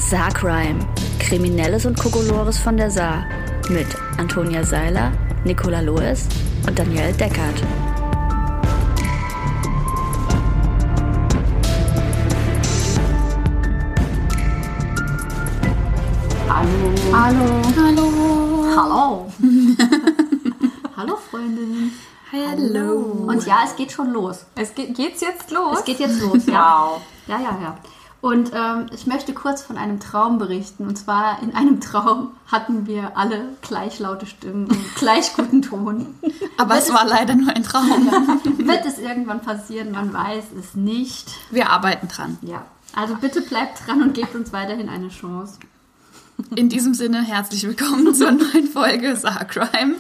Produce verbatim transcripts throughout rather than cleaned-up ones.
Saarcrime. Kriminelles und Kokolores von der Saar. Mit Antonia Seiler, Nicola Loes und Danielle Deckert. Hallo. Hallo. Hallo. Hallo. Hallo, Freundin. Hallo. Und ja, es geht schon los. Es geht, geht's jetzt los? Es geht jetzt los, ja. Wow. Ja, ja, ja. Und ähm, ich möchte kurz von einem Traum berichten. Und zwar in einem Traum hatten wir alle gleich laute Stimmen und gleich guten Ton. Aber es war leider nur ein Traum. Ja. Wird es irgendwann passieren? Man weiß es nicht. Wir arbeiten dran. Ja. Also bitte bleibt dran und gebt uns weiterhin eine Chance. In diesem Sinne herzlich willkommen zur neuen Folge Saarcrime,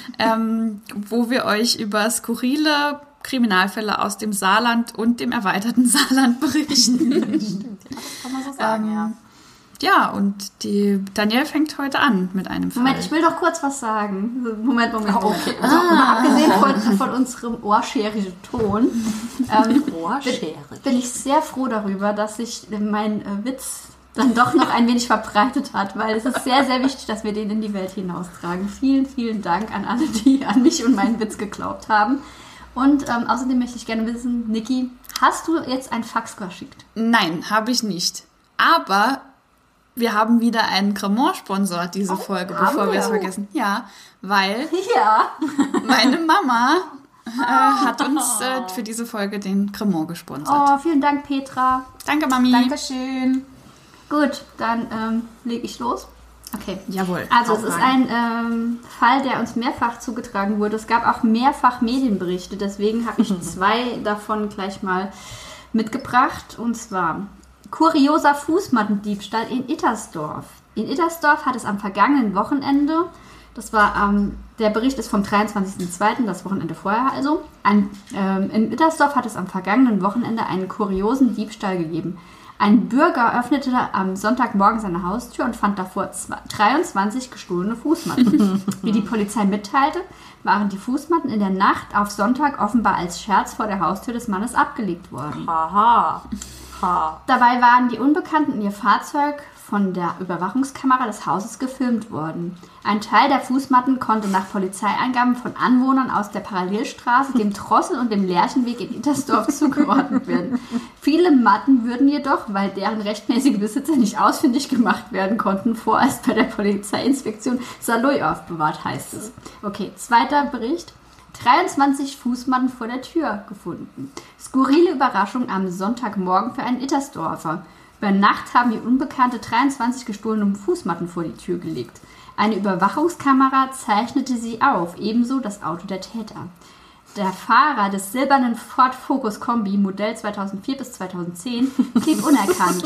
ähm, wo wir euch über skurrile Kriminalfälle aus dem Saarland und dem erweiterten Saarland berichten. Stimmt, ja, das kann man so sagen, ähm, ja. Ja, und die Danielle fängt heute an mit einem Fall. Moment, ich will doch kurz was sagen. Moment, Moment, Moment. Okay. Also, mal abgesehen von, von unserem ohrscherigen Ton, ähm, Ohrscherig. bin, bin ich sehr froh darüber, dass sich mein äh, Witz dann doch noch ein wenig verbreitet hat, weil es ist sehr, sehr wichtig, dass wir den in die Welt hinaustragen. Vielen, vielen Dank an alle, die an mich und meinen Witz geglaubt haben. Und ähm, außerdem möchte ich gerne wissen, Niki, hast du jetzt ein Fax geschickt? Nein, habe ich nicht. Aber wir haben wieder einen Cremant-Sponsor diese Folge, haben bevor wir wir? es vergessen. Ja, weil Ja. meine Mama äh, hat uns äh, für diese Folge den Cremant gesponsert. Oh, vielen Dank, Petra. Danke, Mami. Dankeschön. Gut, dann ähm, lege ich los. Okay. Jawohl. Also es Hau ist rein. ein ähm, Fall, der uns mehrfach zugetragen wurde. Es gab auch mehrfach Medienberichte, deswegen habe ich zwei davon gleich mal mitgebracht. Und zwar kurioser Fußmattendiebstahl in Ittersdorf. In Ittersdorf hat es am vergangenen Wochenende, das war ähm, der Bericht ist vom dreiundzwanzigsten zweiten, das Wochenende vorher also, ein, ähm, in Ittersdorf hat es am vergangenen Wochenende einen kuriosen Diebstahl gegeben. Ein Bürger öffnete am Sonntagmorgen seine Haustür und fand davor dreiundzwanzig gestohlene Fußmatten. Wie die Polizei mitteilte, waren die Fußmatten in der Nacht auf Sonntag offenbar als Scherz vor der Haustür des Mannes abgelegt worden. Haha. Ha. Dabei waren die Unbekannten und ihr Fahrzeug von der Überwachungskamera des Hauses gefilmt worden. Ein Teil der Fußmatten konnte nach Polizeiangaben von Anwohnern aus der Parallelstraße, dem Drossel und dem Lerchenweg in Ittersdorf zugeordnet werden. Viele Matten würden jedoch, weil deren rechtmäßige Besitzer nicht ausfindig gemacht werden konnten, vorerst bei der Polizeiinspektion Saarlouis aufbewahrt, heißt es. Okay, zweiter Bericht. dreiundzwanzig Fußmatten vor der Tür gefunden. Skurrile Überraschung am Sonntagmorgen für einen Ittersdorfer. Über Nacht haben die Unbekannte dreiundzwanzig gestohlene Fußmatten vor die Tür gelegt. Eine Überwachungskamera zeichnete sie auf, ebenso das Auto der Täter. Der Fahrer des silbernen Ford Focus Kombi Modell zweitausendvier bis zweitausendzehn blieb unerkannt.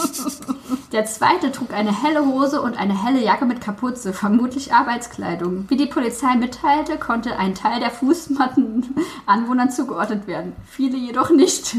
Der zweite trug eine helle Hose und eine helle Jacke mit Kapuze, vermutlich Arbeitskleidung. Wie die Polizei mitteilte, konnte ein Teil der Fußmatten Anwohnern zugeordnet werden, viele jedoch nicht.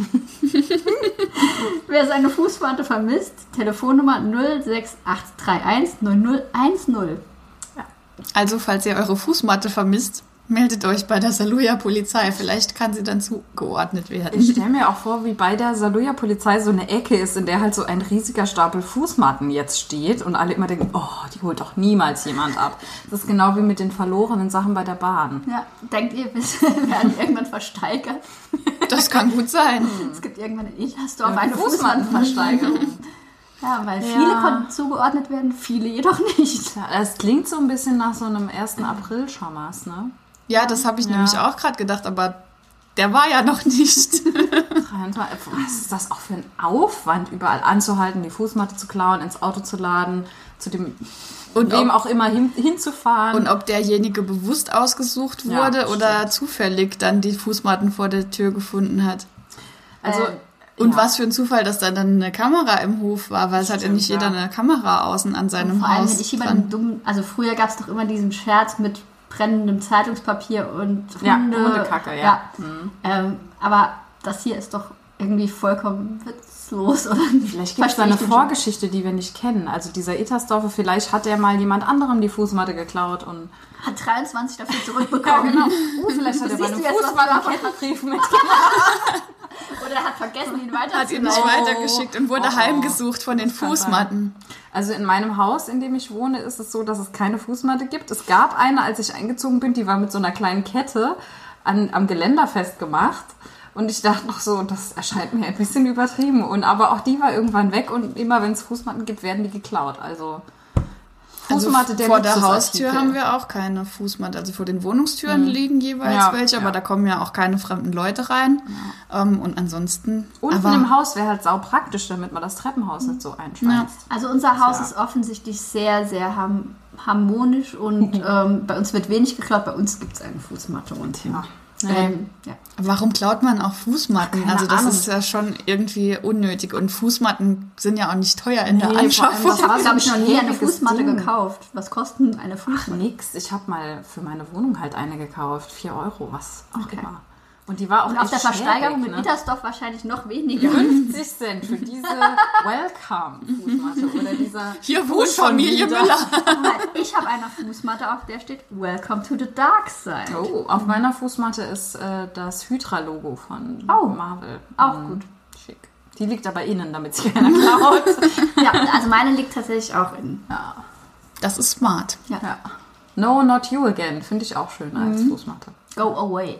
Wer seine Fußmatte vermisst, Telefonnummer null sechs acht drei eins null null eins null. Also, falls ihr eure Fußmatte vermisst, meldet euch bei der Saarlouier Polizei. Vielleicht kann sie dann zugeordnet werden. Ich stelle mir auch vor, wie bei der Saarlouier Polizei so eine Ecke ist, in der halt so ein riesiger Stapel Fußmatten jetzt steht und alle immer denken, oh, die holt doch niemals jemand ab. Das ist genau wie mit den verlorenen Sachen bei der Bahn. Ja, denkt ihr, wir werden irgendwann versteigert? Das kann gut sein. Es gibt irgendwann in Ittersdorf Ja, eine Fußmattenversteigerung. Ja, weil Ja. viele konnten zugeordnet werden, viele jedoch nicht. Ja, das klingt so ein bisschen nach so einem ersten April-Schamas, ne? Ja, das habe ich Ja. nämlich auch gerade gedacht, aber der war ja noch nicht. Was ist das auch für ein Aufwand, überall anzuhalten, die Fußmatte zu klauen, ins Auto zu laden, zu dem Und wem ob- auch immer hin, hinzufahren. Und ob derjenige bewusst ausgesucht Ja, wurde stimmt. oder zufällig dann die Fußmatten vor der Tür gefunden hat. also, Äh, Und ja. was für ein Zufall, dass da dann eine Kamera im Hof war, weil es hat ja Stimmt, nicht jeder ja. eine Kamera außen an seinem Vor allem Haus hätte ich dran. jemanden dumm, also früher gab es doch immer diesen Scherz mit brennendem Zeitungspapier und Ja, Hunde. Hundekacke, ja. Mhm. Ähm, aber das hier ist doch irgendwie vollkommen witzlos. Oder? Vielleicht gibt es Verstehe da eine ich den Vorgeschichte, die wir nicht kennen. Also dieser Ittersdorfer, vielleicht hat er mal jemand anderem die Fußmatte geklaut und schon. Hat dreiundzwanzig dafür zurückbekommen. Uh, vielleicht hat er bei Siehst einem du jetzt, was Fußmattenkettenbrief mit. Oder er hat vergessen, ihn weiterzuleiten. Hat ihn nicht weitergeschickt und wurde Oh. heimgesucht von den Das kann Fußmatten. Also in meinem Haus, in dem ich wohne, ist es so, dass es keine Fußmatte gibt. Es gab eine, als ich eingezogen bin, die war mit so einer kleinen Kette an, am Geländer festgemacht. Und ich dachte noch so, das erscheint mir ein bisschen übertrieben. Und aber auch die war irgendwann weg und immer wenn es Fußmatten gibt, werden die geklaut. Also Fußmatte, Also der vor der Luxusartikel. Haustür haben wir auch keine Fußmatte. Also vor den Wohnungstüren mhm. liegen jeweils Ja, welche, aber ja. da kommen ja auch keine fremden Leute rein. Ja. Ähm, und ansonsten... Unten aber, im Haus wäre halt sau praktisch, damit man das Treppenhaus nicht so einschweißt. Also unser Haus Ja. ist offensichtlich sehr, sehr ham- harmonisch und ähm, bei uns wird wenig geklaut. Bei uns gibt es eine Fußmatte und Ja. ähm, ja. Warum klaut man auch Fußmatten? Keine Also das Ahnung. ist ja schon irgendwie unnötig. Und Fußmatten sind ja auch nicht teuer in der Nee, vor allem, Anschaffung. das Ich habe, war so glaube ein ich, noch nie eine schwieriges Fußmatte Ding. gekauft. Was kostet eine Ach, Fußmatte? nix. Ich habe mal für meine Wohnung halt eine gekauft. Vier Euro, was auch Okay. immer. Und die war auch Und auf echt der Versteigerung schäbig, mit ne? Ittersdorf wahrscheinlich noch weniger. fünfzig Cent für diese Welcome-Fußmatte oder dieser... Hier wohnt Familie wieder. Müller. Ich habe eine Fußmatte, auf der steht Welcome to the Dark Side. Oh, auf meiner Fußmatte ist äh, das Hydra-Logo von Oh. Marvel. Auch Mhm. gut. Schick. Die liegt aber innen, damit sich keiner klaut. Ja, also meine liegt tatsächlich auch in. Ja. Das ist smart. Ja. Ja. No, not you again. Finde ich auch schön als Fußmatte. Go away.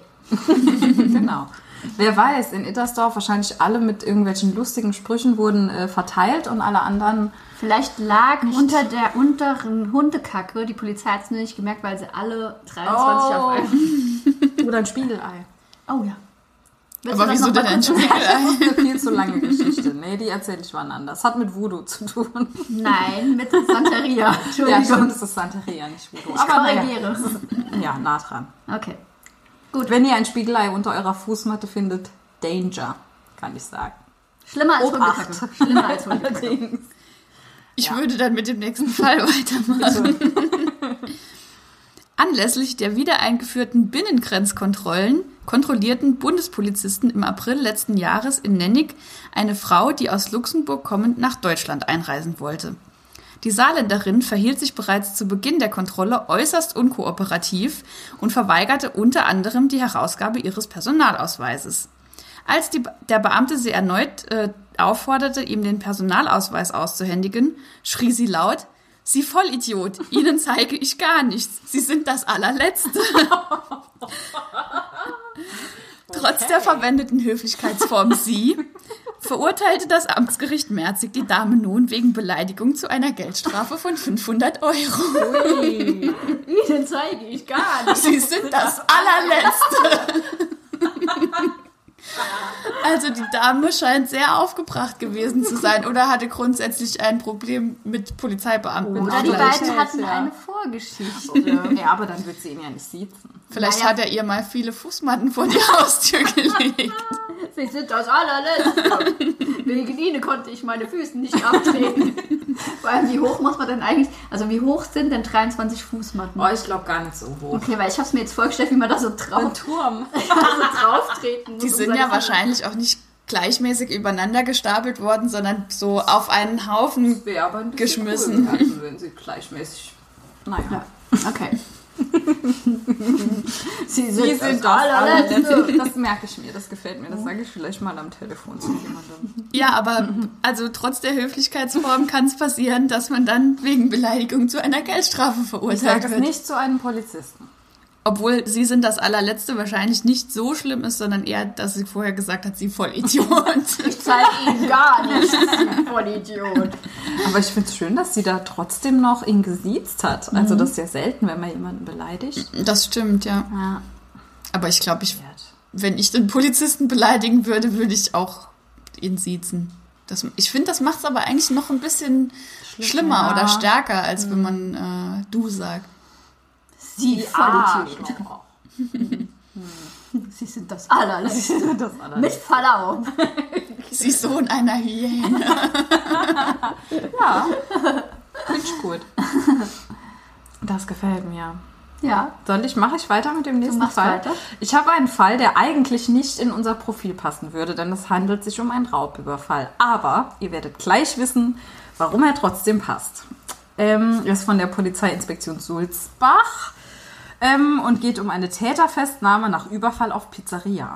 Genau. Wer weiß, in Ittersdorf wahrscheinlich alle mit irgendwelchen lustigen Sprüchen wurden äh, verteilt und alle anderen... Vielleicht lag unter der unteren Hundekacke, die Polizei hat es nur nicht gemerkt, weil sie alle dreiundzwanzig auf einmal... Oder ein Spiegelei. Oh ja. Willst Aber du das wieso noch mal denn ein kurz erzählen? Das ist eine viel zu lange Geschichte. Nee, die erzähle ich wann anders. Hat mit Voodoo zu tun. Nein, mit Santeria. Ja, Entschuldigung. stimmt, das ist Santeria, nicht Voodoo. Ich Aber naja, korrigiere. ja, nah dran. Okay. Gut, wenn ihr ein Spiegelei unter eurer Fußmatte findet, Danger, kann ich sagen. Schlimmer als Obacht. Hundekacke. Schlimmer als Hundekacke. Allerdings. Ich Ja. würde dann mit dem nächsten Fall weitermachen. Anlässlich der wieder eingeführten Binnengrenzkontrollen kontrollierten Bundespolizisten im April letzten Jahres in Nennig eine Frau, die aus Luxemburg kommend nach Deutschland einreisen wollte. Die Saarländerin verhielt sich bereits zu Beginn der Kontrolle äußerst unkooperativ und verweigerte unter anderem die Herausgabe ihres Personalausweises. Als die, der Beamte sie erneut äh, aufforderte, ihm den Personalausweis auszuhändigen, schrie sie laut: Sie Vollidiot, Ihnen zeige ich gar nichts. Sie sind das Allerletzte. Trotz der verwendeten Höflichkeitsform Sie verurteilte das Amtsgericht Merzig die Dame nun wegen Beleidigung zu einer Geldstrafe von fünfhundert Euro. Ihnen zeige ich gar nicht. Sie sind das Allerletzte. Also die Dame scheint sehr aufgebracht gewesen zu sein oder hatte grundsätzlich ein Problem mit Polizeibeamten. Oder die Vielleicht. beiden hatten ja. eine Vorgeschichte. Ja, aber dann wird sie ihn ja nicht siezen. Vielleicht Naja. hat er ihr mal viele Fußmatten vor die Haustür gelegt. Sie sind das Allerletzte. Wegen Ihnen konnte ich meine Füße nicht abtreten. Vor allem, wie hoch muss man denn eigentlich... Also wie hoch sind denn dreiundzwanzig Fußmatten? Oh, ich glaube gar nicht so hoch. Okay, weil ich habe es mir jetzt vorgestellt, wie man da so drauf, Turm. so drauf treten muss. Die um sind seine ja Füße- wahrscheinlich auch nicht gleichmäßig übereinander gestapelt worden, sondern so auf einen Haufen. Wäre aber ein bisschen Geschmissen. cool gewesen, wenn sie gleichmäßig... Naja. Ja, okay. Sie sind, Die das sind das Allerletzte. Allerletzte. Das merke ich mir, das gefällt mir. Das sage ich vielleicht mal am Telefon zu jemandem. Ja, aber also trotz der Höflichkeitsform kann es passieren, dass man dann wegen Beleidigung zu einer Geldstrafe Ich verurteilt sage es wird. nicht zu einem Polizisten. Obwohl sie sind das Allerletzte wahrscheinlich nicht so schlimm ist, sondern eher, dass sie vorher gesagt hat, sie voll Idiot. Ich zeige Ihnen gar nichts, Sie Vollidiot. Aber ich finde es schön, dass sie da trotzdem noch ihn gesiezt hat. Also das ist ja selten, wenn man jemanden beleidigt. Das stimmt, ja. Ja. Aber ich glaube, ich, wenn ich den Polizisten beleidigen würde, würde ich auch ihn siezen. Das, ich finde, das macht es aber eigentlich noch ein bisschen schlimmer Ja. oder stärker, als wenn man äh, du sagt. Sie Vollidiot. Arschloch. Sie sind das Allerletzte. Das Mit Allerletzte. Verlaub. Sie Sohn einer Hyäne. Ja, finde ich gut. Das gefällt mir. Ja. Soll ich, mache ich weiter mit dem nächsten machst Fall? weiter. Ich habe einen Fall, der eigentlich nicht in unser Profil passen würde, denn es handelt sich um einen Raubüberfall. Aber ihr werdet gleich wissen, warum er trotzdem passt. Ähm, er ist von der Polizeiinspektion Sulzbach ähm, und geht um eine Täterfestnahme nach Überfall auf Pizzeria.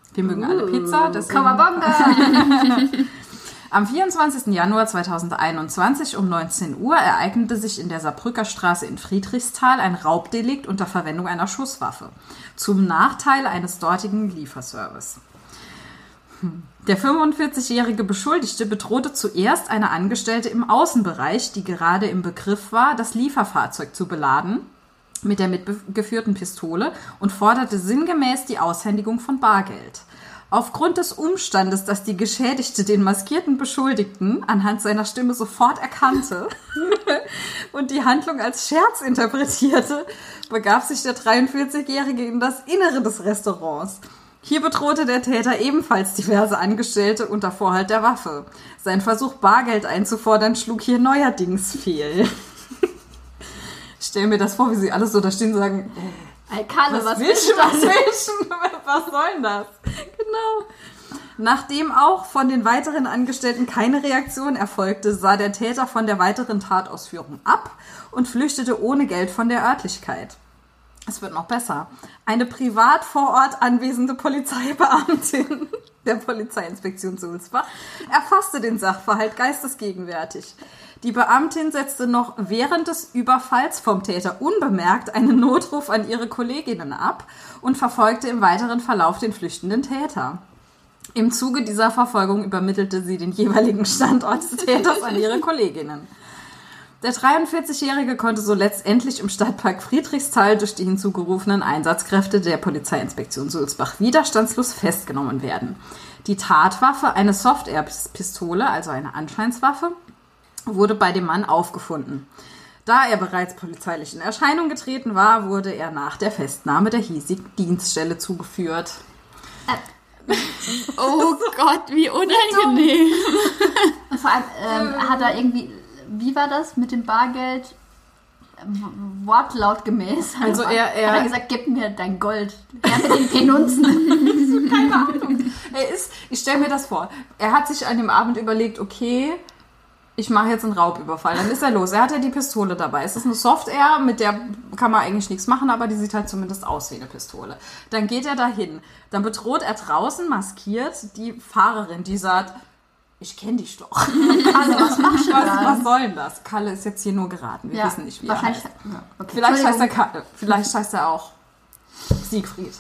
Wir mögen alle Pizza. Deswegen. Kawabonga! Am vierundzwanzigsten Januar zweitausendeinundzwanzig um neunzehn Uhr ereignete sich in der Saarbrücker Straße in Friedrichsthal ein Raubdelikt unter Verwendung einer Schusswaffe. Zum Nachteil eines dortigen Lieferservice. Der fünfundvierzigjährige Beschuldigte bedrohte zuerst eine Angestellte im Außenbereich, die gerade im Begriff war, das Lieferfahrzeug zu beladen, mit der mitgeführten Pistole und forderte sinngemäß die Aushändigung von Bargeld. Aufgrund des Umstandes, dass die Geschädigte den maskierten Beschuldigten anhand seiner Stimme sofort erkannte und die Handlung als Scherz interpretierte, begab sich der dreiundvierzigjährige in das Innere des Restaurants. Hier bedrohte der Täter ebenfalls diverse Angestellte unter Vorhalt der Waffe. Sein Versuch, Bargeld einzufordern, schlug hier neuerdings fehl. Ich stelle mir das vor, wie sie alle so da stehen und sagen... Hey Kalle, was, was willst willst du? Was willst du? Was soll denn das? Genau. Nachdem auch von den weiteren Angestellten keine Reaktion erfolgte, sah der Täter von der weiteren Tatausführung ab und flüchtete ohne Geld von der Örtlichkeit. Es wird noch besser. Eine privat vor Ort anwesende Polizeibeamtin der Polizeiinspektion Sulzbach erfasste den Sachverhalt geistesgegenwärtig. Die Beamtin setzte noch während des Überfalls vom Täter unbemerkt einen Notruf an ihre Kolleginnen ab und verfolgte im weiteren Verlauf den flüchtenden Täter. Im Zuge dieser Verfolgung übermittelte sie den jeweiligen Standort des Täters an ihre Kolleginnen. Der dreiundvierzigjährige konnte so letztendlich im Stadtpark Friedrichsthal durch die hinzugerufenen Einsatzkräfte der Polizeiinspektion Sulzbach widerstandslos festgenommen werden. Die Tatwaffe, eine Soft-Air-Pistole, also eine Anscheinswaffe, wurde bei dem Mann aufgefunden. Da er bereits polizeilich in Erscheinung getreten war, wurde er nach der Festnahme der hiesigen Dienststelle zugeführt. Oh Gott, wie unangenehm. Und vor allem ähm, hat er irgendwie, wie war das mit dem Bargeld? Wortlautgemäß. Also er, er hat er gesagt, gib mir dein Gold. Er mit den Penunzen. Keine Ahnung. Er ist, ich stelle mir das vor. Er hat sich an dem Abend überlegt, okay, ich mache jetzt einen Raubüberfall. Dann ist er los. Er hat ja die Pistole dabei. Es ist eine Soft-Air, mit der kann man eigentlich nichts machen, aber die sieht halt zumindest aus wie eine Pistole. Dann geht er dahin. Dann bedroht er draußen maskiert die Fahrerin, die sagt, ich kenne dich doch. Kalle, was machst du was, da? was soll denn das? Kalle ist jetzt hier nur geraten. Wir Ja, wissen nicht, wie er wahrscheinlich. heißt. Ja, okay. Vielleicht heißt er Kalle. Vielleicht heißt er auch Siegfried.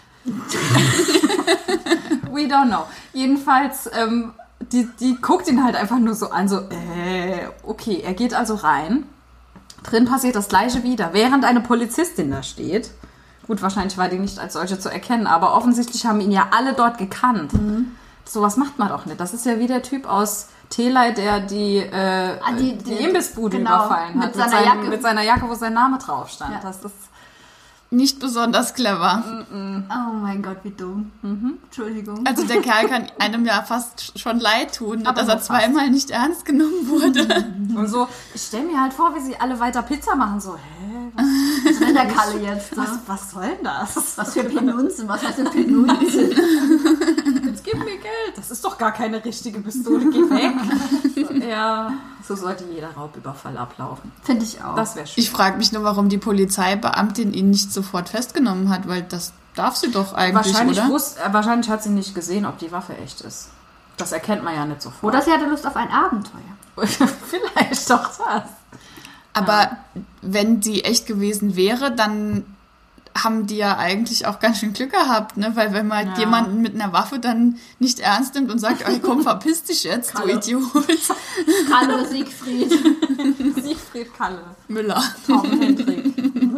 We don't know. Jedenfalls... Ähm, Die, die guckt ihn halt einfach nur so an, so, äh, okay, er geht also rein. Drin passiert das Gleiche wieder, während eine Polizistin da steht. Gut, wahrscheinlich war die nicht als solche zu erkennen, aber offensichtlich haben ihn ja alle dort gekannt. Mhm. Sowas macht man doch nicht. Das ist ja wie der Typ aus Telei, der die, äh, ah, die, die, die Imbissbude genau, überfallen hat. mit seiner seinem, Jacke. Mit seiner Jacke, wo sein Name drauf stand. Ja. Das ist... Nicht besonders clever. Oh mein Gott, wie dumm. Mhm. Entschuldigung. Also der Kerl kann einem ja fast schon leid tun, Aber dass er nur zweimal nicht ernst genommen wurde. Und so, ich stelle mir halt vor, wie sie alle weiter Pizza machen. So, hä? Was will der Kalle jetzt? Was, Ne? was soll denn das? Was für Penunzen? Was heißt denn Penunzen? Jetzt gib mir Geld. Das ist doch gar keine richtige Pistole. Geh weg. So, ja, so sollte jeder Raubüberfall ablaufen. Finde ich auch. Das wäre schön. Ich frage mich nur, warum die Polizeibeamtin ihn nicht sofort festgenommen hat, weil das darf sie doch eigentlich, Wahrscheinlich, oder? wusste, äh, wahrscheinlich hat sie nicht gesehen, ob die Waffe echt ist. Das erkennt man ja nicht sofort. Oder sie hatte Lust auf ein Abenteuer. Vielleicht doch das. Aber wenn die echt gewesen wäre, dann haben die ja eigentlich auch ganz schön Glück gehabt, ne? Weil wenn man Ja. jemanden mit einer Waffe dann nicht ernst nimmt und sagt, ey, komm, verpiss dich jetzt, du Kalle. Idiot. Kalle Siegfried. Siegfried Kalle. Müller. Tom Hendrik.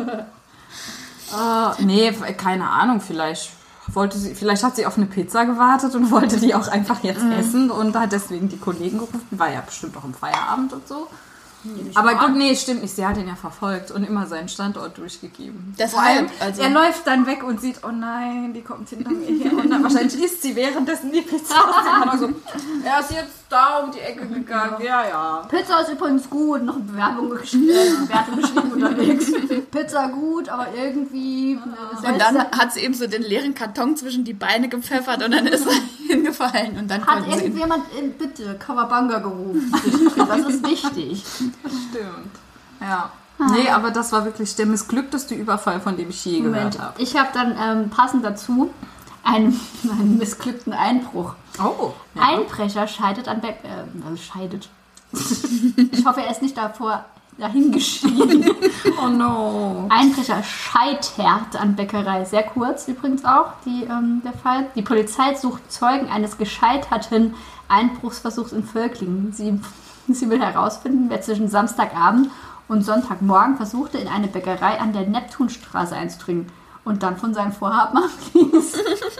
uh, nee, keine Ahnung, vielleicht wollte sie, vielleicht hat sie auf eine Pizza gewartet und wollte die auch einfach jetzt Mhm. essen und hat deswegen die Kollegen gerufen. War ja bestimmt auch im Feierabend und so. Aber gut, nee, stimmt nicht. Sie hat ihn ja verfolgt und immer seinen Standort durchgegeben. Deshalb, Vor allem, also- er läuft dann weg und sieht, oh nein, die kommt hinter mir her. Und dann wahrscheinlich isst sie währenddessen die Pizza. Und dann so, er ist jetzt da um die Ecke gegangen. Ja, ja. Pizza ist übrigens gut. Noch eine Bewerbung geschrieben, äh, Werte beschrieben unterwegs. Pizza gut, aber irgendwie... Äh, Und dann hat sie eben so den leeren Karton zwischen die Beine gepfeffert und dann ist er hingefallen und dann hat konnten sie ihn... irgendjemand in, bitte Kawabanga gerufen. Das ist wichtig. Stimmt. Ja. Nee, aber das war wirklich der missglückteste Überfall, von dem ich je Moment, gehört habe. ich habe dann ähm, passend dazu einen, einen missglückten Einbruch. Oh. Ja. Einbrecher scheidet an Bäck... Äh, also scheidet. Ich hoffe, er ist nicht davor dahingeschieden. Oh no. Einbrecher scheitert an Bäckerei. Sehr kurz übrigens auch die, ähm, der Fall. Die Polizei sucht Zeugen eines gescheiterten Einbruchsversuchs in Völklingen. Sie, sie will herausfinden, wer zwischen Samstagabend und Sonntagmorgen versuchte, in eine Bäckerei an der Neptunstraße einzudringen und dann von seinem Vorhaben abließ.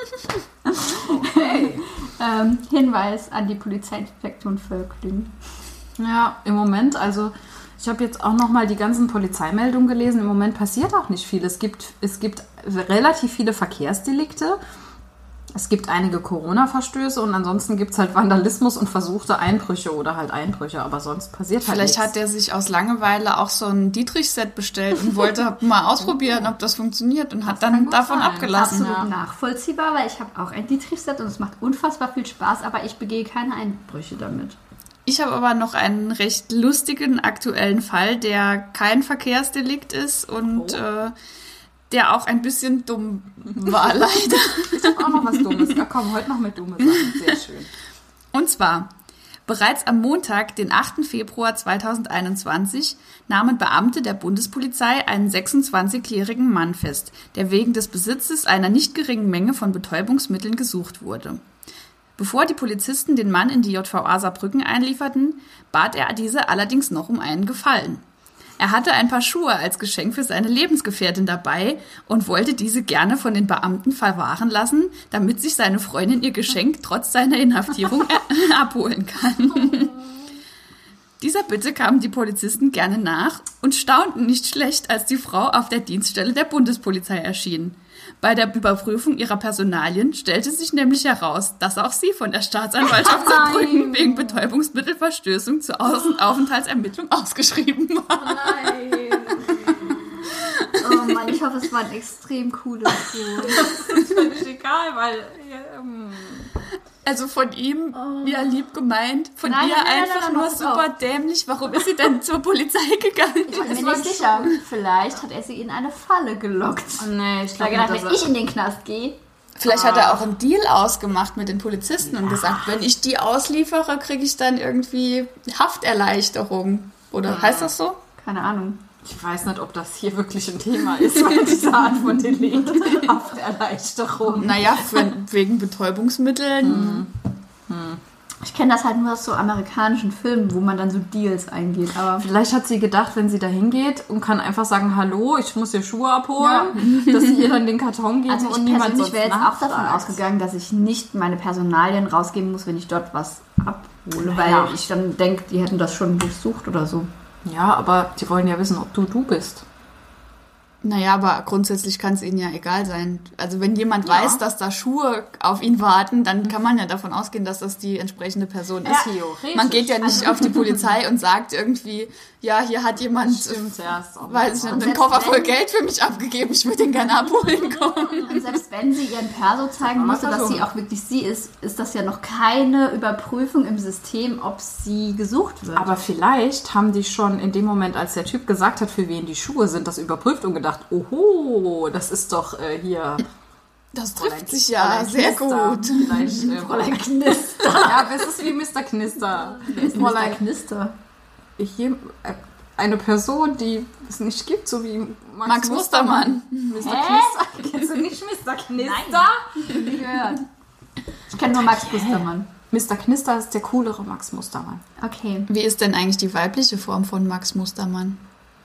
Okay. ähm, Hinweis an die Polizeiinspektion Völklingen. Ja, im Moment, also ich habe jetzt auch nochmal die ganzen Polizeimeldungen gelesen. Im Moment passiert auch nicht viel. Es gibt, es gibt relativ viele Verkehrsdelikte. Es gibt einige Corona-Verstöße und ansonsten gibt es halt Vandalismus und versuchte Einbrüche oder halt Einbrüche, aber sonst passiert halt Vielleicht nichts. hat er sich aus Langeweile auch so ein Dietrich-Set bestellt und wollte mal ausprobieren, ob das funktioniert und hat dann gut davon sein. abgelassen. Absolut Ja. nachvollziehbar, weil ich habe auch ein Dietrich-Set und es macht unfassbar viel Spaß, aber ich begehe keine Einbrüche damit. Ich habe aber noch einen recht lustigen aktuellen Fall, der kein Verkehrsdelikt ist und Oh. äh, der auch ein bisschen dumm war, leider. Ich habe auch noch was Dummes. Ja, komm, heute noch mit dummen Sachen. Sehr schön. Und zwar, bereits am Montag, den achten Februar zweitausendeinundzwanzig, nahmen Beamte der Bundespolizei einen sechsundzwanzigjährigen Mann fest, der wegen des Besitzes einer nicht geringen Menge von Betäubungsmitteln gesucht wurde. Bevor die Polizisten den Mann in die J V A Saarbrücken einlieferten, bat er diese allerdings noch um einen Gefallen. Er hatte ein paar Schuhe als Geschenk für seine Lebensgefährtin dabei und wollte diese gerne von den Beamten verwahren lassen, damit sich seine Freundin ihr Geschenk trotz seiner Inhaftierung äh, abholen kann. Dieser Bitte kamen die Polizisten gerne nach und staunten nicht schlecht, als die Frau auf der Dienststelle der Bundespolizei erschien. Bei der Überprüfung ihrer Personalien stellte sich nämlich heraus, dass auch sie von der Staatsanwaltschaft Saarbrücken wegen Betäubungsmittelverstößung zur Außen- Aufenthaltsermittlung ausgeschrieben war. Nein. Oh Mann, ich hoffe, es war ein extrem cooles Tour. Das ist völlig egal, weil... Ähm, Also von ihm, ja, lieb gemeint, von Nein, ihr nein, nein, einfach nein, nein, nur pass super auf. dämlich. Warum ist sie denn zur Polizei gegangen? Ich bin Es mir war nicht sicher. Vielleicht hat er sie in eine Falle gelockt. oh nee, ich Da glaube gedacht, nicht, wenn dass ich in den Knast gehe. Vielleicht hat er auch einen Deal ausgemacht mit den Polizisten und gesagt, wenn ich die ausliefere, kriege ich dann irgendwie Hafterleichterung. Oder heißt das so? Keine Ahnung. ich weiß nicht, ob das hier wirklich ein Thema ist, weil diese Art von Delikt, Hafterleichterung. Naja, für, wegen Betäubungsmitteln. Ich kenne das halt nur aus so amerikanischen Filmen, wo man dann so Deals eingeht. Aber Vielleicht hat sie gedacht, wenn sie da hingeht und kann einfach sagen, hallo, ich muss hier Schuhe abholen, dass sie ihr dann den Karton geben also ich und niemand persönlich sonst wäre jetzt auch davon nachfragt. ausgegangen, dass ich nicht meine Personalien rausgeben muss, wenn ich dort was abhole, Naja. weil ich dann denke, die hätten das schon durchsucht oder so. Ja, aber die wollen ja wissen, ob du du bist. Naja, aber grundsätzlich kann es ihnen ja egal sein. Also wenn jemand Ja. weiß, dass da Schuhe auf ihn warten, dann kann man ja davon ausgehen, dass das die entsprechende Person ist. Theoretisch. Man geht ja nicht auf die Polizei und sagt irgendwie, ja, hier hat jemand, Stimmt, ja. Ist auch weiß ich nicht, Und einen selbst Koffer voll wenn- Geld für mich abgegeben, ich würde den gerne abholen kommen. Und selbst wenn sie ihren Perso zeigen Aber musste, dass versuchen. sie auch wirklich sie ist, ist das ja noch keine Überprüfung im System, ob sie gesucht wird. Aber vielleicht haben die schon in dem Moment, als der Typ gesagt hat, für wen die Schuhe sind, das überprüft und gedacht, oho, das ist doch äh, hier... Das Fräulein- trifft sich ja Fräulein sehr Knister. gut. Vielleicht, äh, Fräulein Knister. Ja, das ist wie Mister Knister. Mister Fräulein Knister. Hier, äh, eine Person, die es nicht gibt, so wie Max, Max Mustermann. Mister Hä? Knister. Kennst du nicht Mister Knister? Nie gehört. Ich kenne nur Max Mustermann. Mister Knister ist der coolere Max Mustermann. Okay. Wie ist denn eigentlich die weibliche Form von Max Mustermann?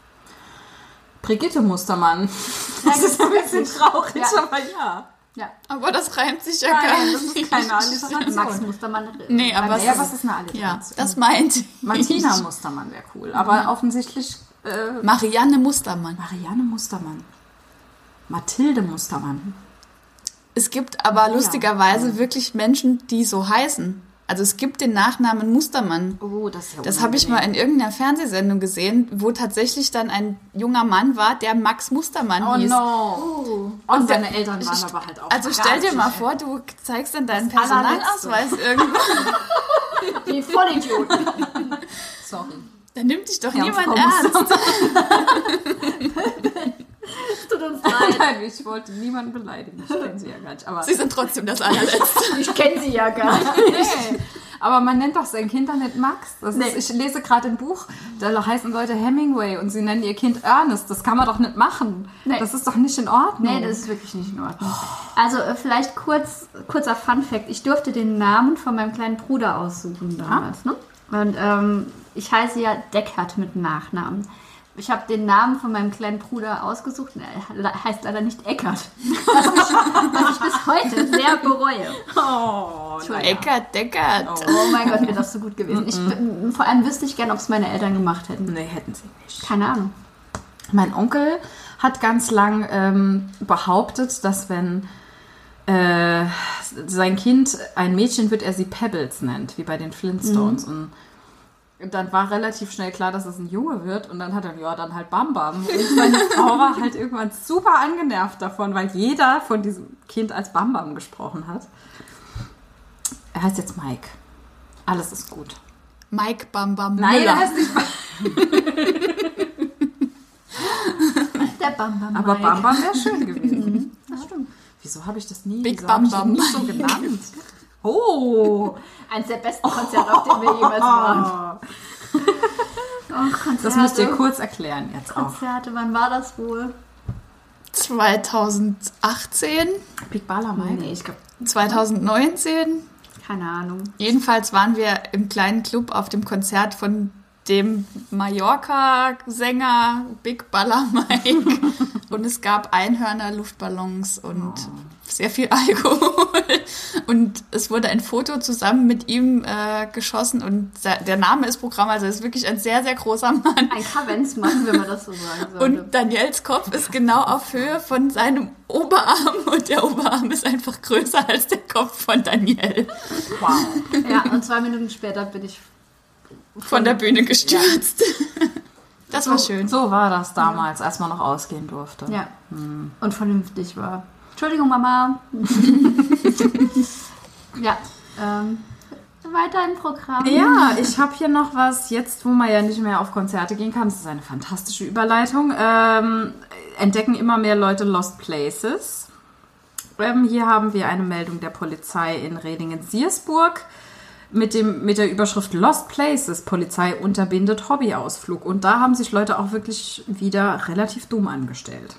Brigitte Mustermann. Das ist ein bisschen traurig, Ja. aber ja. Ja. Aber das reimt sich ja Nein, gar das nicht. ist keine Alliteration. Max Mustermann. Nee, aber Ja, es was ist, ist eine ja, Alliteration? das meint ich. Martina Mustermann wäre cool, aber offensichtlich äh, Marianne Mustermann. Marianne Mustermann. Mathilde Mustermann. Es gibt aber Ja. lustigerweise wirklich Menschen, die so heißen. Also es gibt den Nachnamen Mustermann. Oh, das ist ja Das habe ich mal in irgendeiner Fernsehsendung gesehen, wo tatsächlich dann ein junger Mann war, der Max Mustermann Oh hieß. no. Und der- seine Eltern waren aber halt auch. Also stell dir mal krass. vor, du zeigst dann deinen Das Personalausweis irgendwo. Die Vollidioten. Sorry. Da nimmt dich doch Ja, niemand Frau ernst. Tut uns leid. Wir ich wollte niemanden beleidigen. Ich kenne sie ja gar nicht. Aber Sie sind trotzdem das allerletzte. Ich kenne sie ja gar nicht. nee. Aber man nennt doch sein Kind dann nicht Max. Das Nee. ist, ich lese gerade ein Buch, da heißen Leute Hemingway und sie nennen ihr Kind Ernest. Das kann man doch nicht machen. Nee. Das ist doch nicht in Ordnung. Nee, das ist wirklich nicht in Ordnung. Also äh, vielleicht kurz, kurzer Fun-Fact. Ich durfte den Namen von meinem kleinen Bruder aussuchen damals. Ne? Und ähm, ich heiße ja Deckert mit Nachnamen. Ich habe den Namen von meinem kleinen Bruder ausgesucht. Er heißt leider nicht Eckert. Was ich, was ich bis heute sehr bereue. Oh, Eckert, Deckert. Oh mein Gott, wäre das so gut gewesen. Ich, bin- vor allem wüsste ich gern, ob es meine Eltern gemacht hätten. nee, hätten sie nicht. Keine Ahnung. Mein Onkel hat ganz lang ähm, behauptet, dass wenn äh, sein Kind ein Mädchen wird, er sie Pebbles nennt, wie bei den Flintstones. Und dann war relativ schnell klar, dass es ein Junge wird. Und dann hat er, ja, dann halt Bam Bam. Und meine Frau war halt irgendwann super angenervt davon, weil jeder von diesem Kind als Bam Bam gesprochen hat. Er heißt jetzt Mike. Alles ist gut. Mike Bam Bam Nein, Müller. er heißt nicht Der Bam Bam Aber Mike. Bam Bam wäre schön gewesen. Das stimmt. Wieso habe ich das nie, Big wieso Bam hab ich ihn Bam. nie so genannt? Oh! Eins der besten Konzerte, auf denen wir jemals waren. Oh, Konzerte. Das müsst ihr kurz erklären jetzt auch. Konzerte, wann war das wohl? zweitausendachtzehn, Big Baller Mike. Nee, ich glaube, zweitausendneunzehn. keine Ahnung. Jedenfalls waren wir im kleinen Club auf dem Konzert von dem Mallorca-Sänger Big Baller Mike. Und es gab Einhörner, Luftballons und sehr viel Alkohol. Und es wurde ein Foto zusammen mit ihm äh, geschossen. Und der Name ist Programm, also er ist wirklich ein sehr, sehr großer Mann. Ein Kavenzmann, wenn man das so sagen sollte. Und Daniels Kopf ist genau auf Höhe von seinem Oberarm. Und der Oberarm ist einfach größer als der Kopf von Daniel. Wow. Ja, und zwei Minuten später bin ich Von der Bühne gestürzt. Das war schön. So war das damals, als man noch ausgehen durfte. ja und vernünftig war. Entschuldigung, Mama. ja, ähm, weiter im Programm. Ja, ich habe hier noch was, jetzt wo man ja nicht mehr auf Konzerte gehen kann, das ist eine fantastische Überleitung, ähm, entdecken immer mehr Leute Lost Places. Ähm, hier haben wir eine Meldung der Polizei in Redingen-Siersburg mit, dem, mit der Überschrift Lost Places, Polizei unterbindet Hobbyausflug. Und da haben sich Leute auch wirklich wieder relativ dumm angestellt.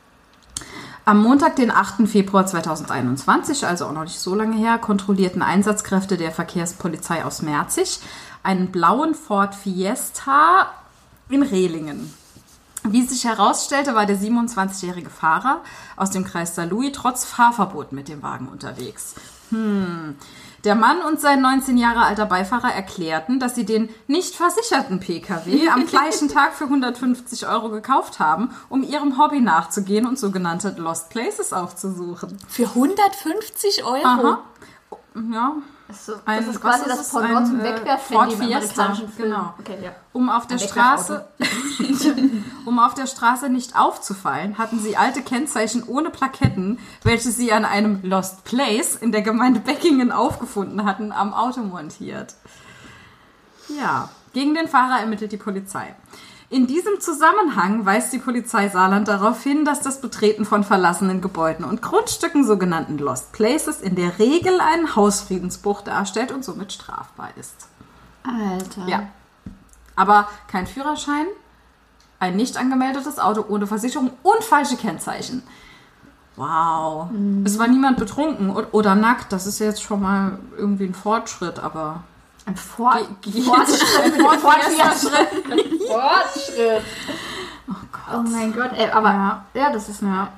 Am Montag, den achten Februar zweitausendeinundzwanzig, also auch noch nicht so lange her, kontrollierten Einsatzkräfte der Verkehrspolizei aus Merzig einen blauen Ford Fiesta in Rehlingen. Wie sich herausstellte, war der siebenundzwanzigjährige Fahrer aus dem Kreis Saarlouis trotz Fahrverbot mit dem Wagen unterwegs. Hm. Der Mann und sein neunzehn Jahre alter Beifahrer erklärten, dass sie den nicht versicherten P K W am gleichen Tag für hundertfünfzig Euro gekauft haben, um ihrem Hobby nachzugehen und sogenannte Lost Places aufzusuchen. Für hundertfünfzig Euro? Aha. Ja. Das ist, so, Ein- das ist quasi was ist das es? Pendant Ein, zum äh, Wegwerfhandy Ford im Fiesta, amerikanischen Film. genau. Okay, ja. Um auf der Ein Straße, um auf der Straße nicht aufzufallen, hatten sie alte Kennzeichen ohne Plaketten, welche sie an einem Lost Place in der Gemeinde Beckingen aufgefunden hatten, am Auto montiert. Ja, gegen den Fahrer ermittelt die Polizei. In diesem Zusammenhang weist die Polizei Saarland darauf hin, dass das Betreten von verlassenen Gebäuden und Grundstücken, sogenannten Lost Places, in der Regel einen Hausfriedensbruch darstellt und somit strafbar ist. Alter. Ja. Aber kein Führerschein, ein nicht angemeldetes Auto ohne Versicherung und falsche Kennzeichen. Wow. Mhm. Es war niemand betrunken o- oder nackt. Das ist jetzt schon mal irgendwie ein Fortschritt, aber... Ein Vor Ge- ge- Fortschritt mit dem Ford Ford Fiesta. Fiesta. Fortschritt. Oh Gott. Oh mein Gott, ey, aber ja, Ja. das ist Ja.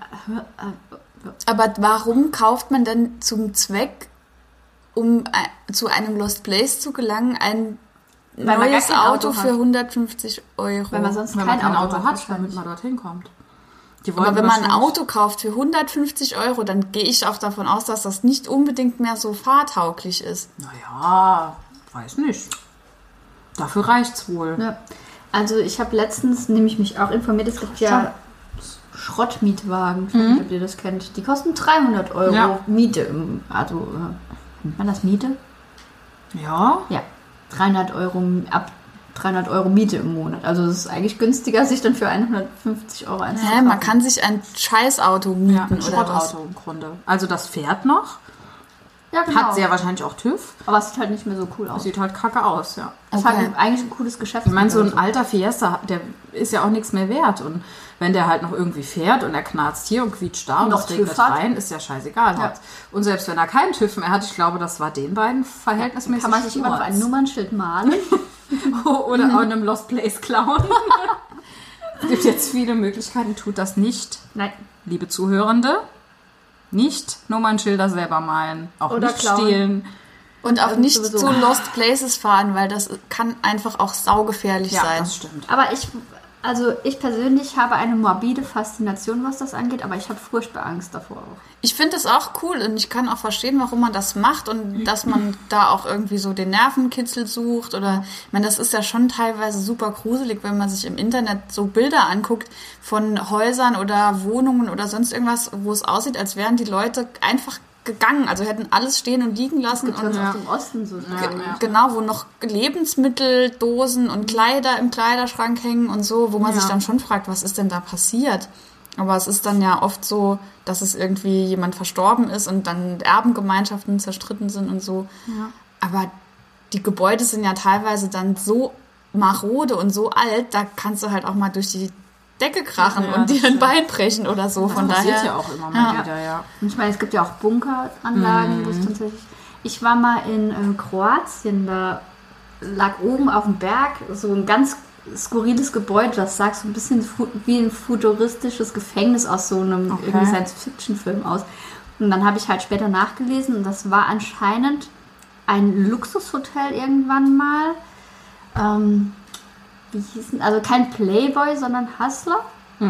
Aber warum kauft man denn zum Zweck, um äh, zu einem Lost Place zu gelangen, ein man gar neues kein Auto, Auto für hat. hundertfünfzig Euro? wenn man sonst Wenn kein, man kein Auto, hat, wahrscheinlich. damit man dorthin kommt. Die Aber wollten wenn man ein wahrscheinlich- Auto kauft für hundertfünfzig Euro, dann gehe ich auch davon aus, dass das nicht unbedingt mehr so fahrtauglich ist. Naja, weiß nicht. Dafür reicht's wohl. Ja. Also ich habe letztens nämlich mich auch informiert, es gibt ja Schrottmietwagen, ich weiß nicht, ob ihr das kennt. Die kosten dreihundert Euro Ja. Miete. Im, also, äh, nennt man das Miete? Ja, Ja, dreihundert Euro ab dreihundert Euro Miete im Monat. Also es ist eigentlich günstiger, sich dann für hundertfünfzig Euro eins zu Hä, kaufen. man kann sich ein Scheißauto mieten Ja, ein oder was? Schrottauto im Grunde. Also das fährt noch, Ja, genau. hat sehr wahrscheinlich auch TÜV. Aber es sieht halt nicht mehr so cool aus. Sieht halt kacke aus, ja. Es ist Okay. halt eigentlich ein cooles Geschäft. Ich meine, so ein alter Fiesta, der ist ja auch nichts mehr wert. Und wenn der halt noch irgendwie fährt und er knarzt hier und quietscht da und Noch es regnet TÜV hat. rein, ist ja scheißegal. Ja. Hat. Und selbst wenn er keinen TÜV mehr hat, ich glaube, das war den beiden verhältnismäßig Kann man sich immer auf ein Nummernschild malen. oder auch in einem Lost Place klauen. Es gibt jetzt viele Möglichkeiten, tut das nicht. Nein. Liebe Zuhörende, nicht Nummernschilder selber malen, auch Oder nicht klauen. stehlen. Und auch nicht sowieso. zu Lost Places fahren, weil das kann einfach auch saugefährlich Ja, sein. das stimmt. Aber ich, also ich persönlich habe eine morbide Faszination, was das angeht, aber ich habe furchtbar Angst davor auch. Ich finde das auch cool und ich kann auch verstehen, warum man das macht und dass man da auch irgendwie so den Nervenkitzel sucht oder, ich meine, das ist ja schon teilweise super gruselig, wenn man sich im Internet so Bilder anguckt von Häusern oder Wohnungen oder sonst irgendwas, wo es aussieht, als wären die Leute einfach gegangen, also hätten alles stehen und liegen lassen Gibt und es aus dem Osten so. genau, wo noch Lebensmittel, Dosen und Kleider im Kleiderschrank hängen und so, wo man Ja. sich dann schon fragt, was ist denn da passiert? Aber es ist dann ja oft so, dass es irgendwie jemand verstorben ist und dann Erbengemeinschaften zerstritten sind und so. Ja. Aber die Gebäude sind ja teilweise dann so marode und so alt, da kannst du halt auch mal durch die Decke krachen Ja, und das dir ein stimmt. Bein brechen oder so. Das Von passiert daher, ja auch immer mal Ja. wieder, ja. Und ich meine, es gibt ja auch Bunkeranlagen, wo es tatsächlich... Ich war mal in äh, Kroatien, da lag oben auf dem Berg so ein ganz skurriles Gebäude, das sah so ein bisschen fu- wie ein futuristisches Gefängnis aus so einem Okay. irgendwie Science-Fiction-Film aus. Und dann habe ich halt später nachgelesen und das war anscheinend ein Luxushotel irgendwann mal. Ähm, wie hieß denn? Also kein Playboy, sondern Hustler.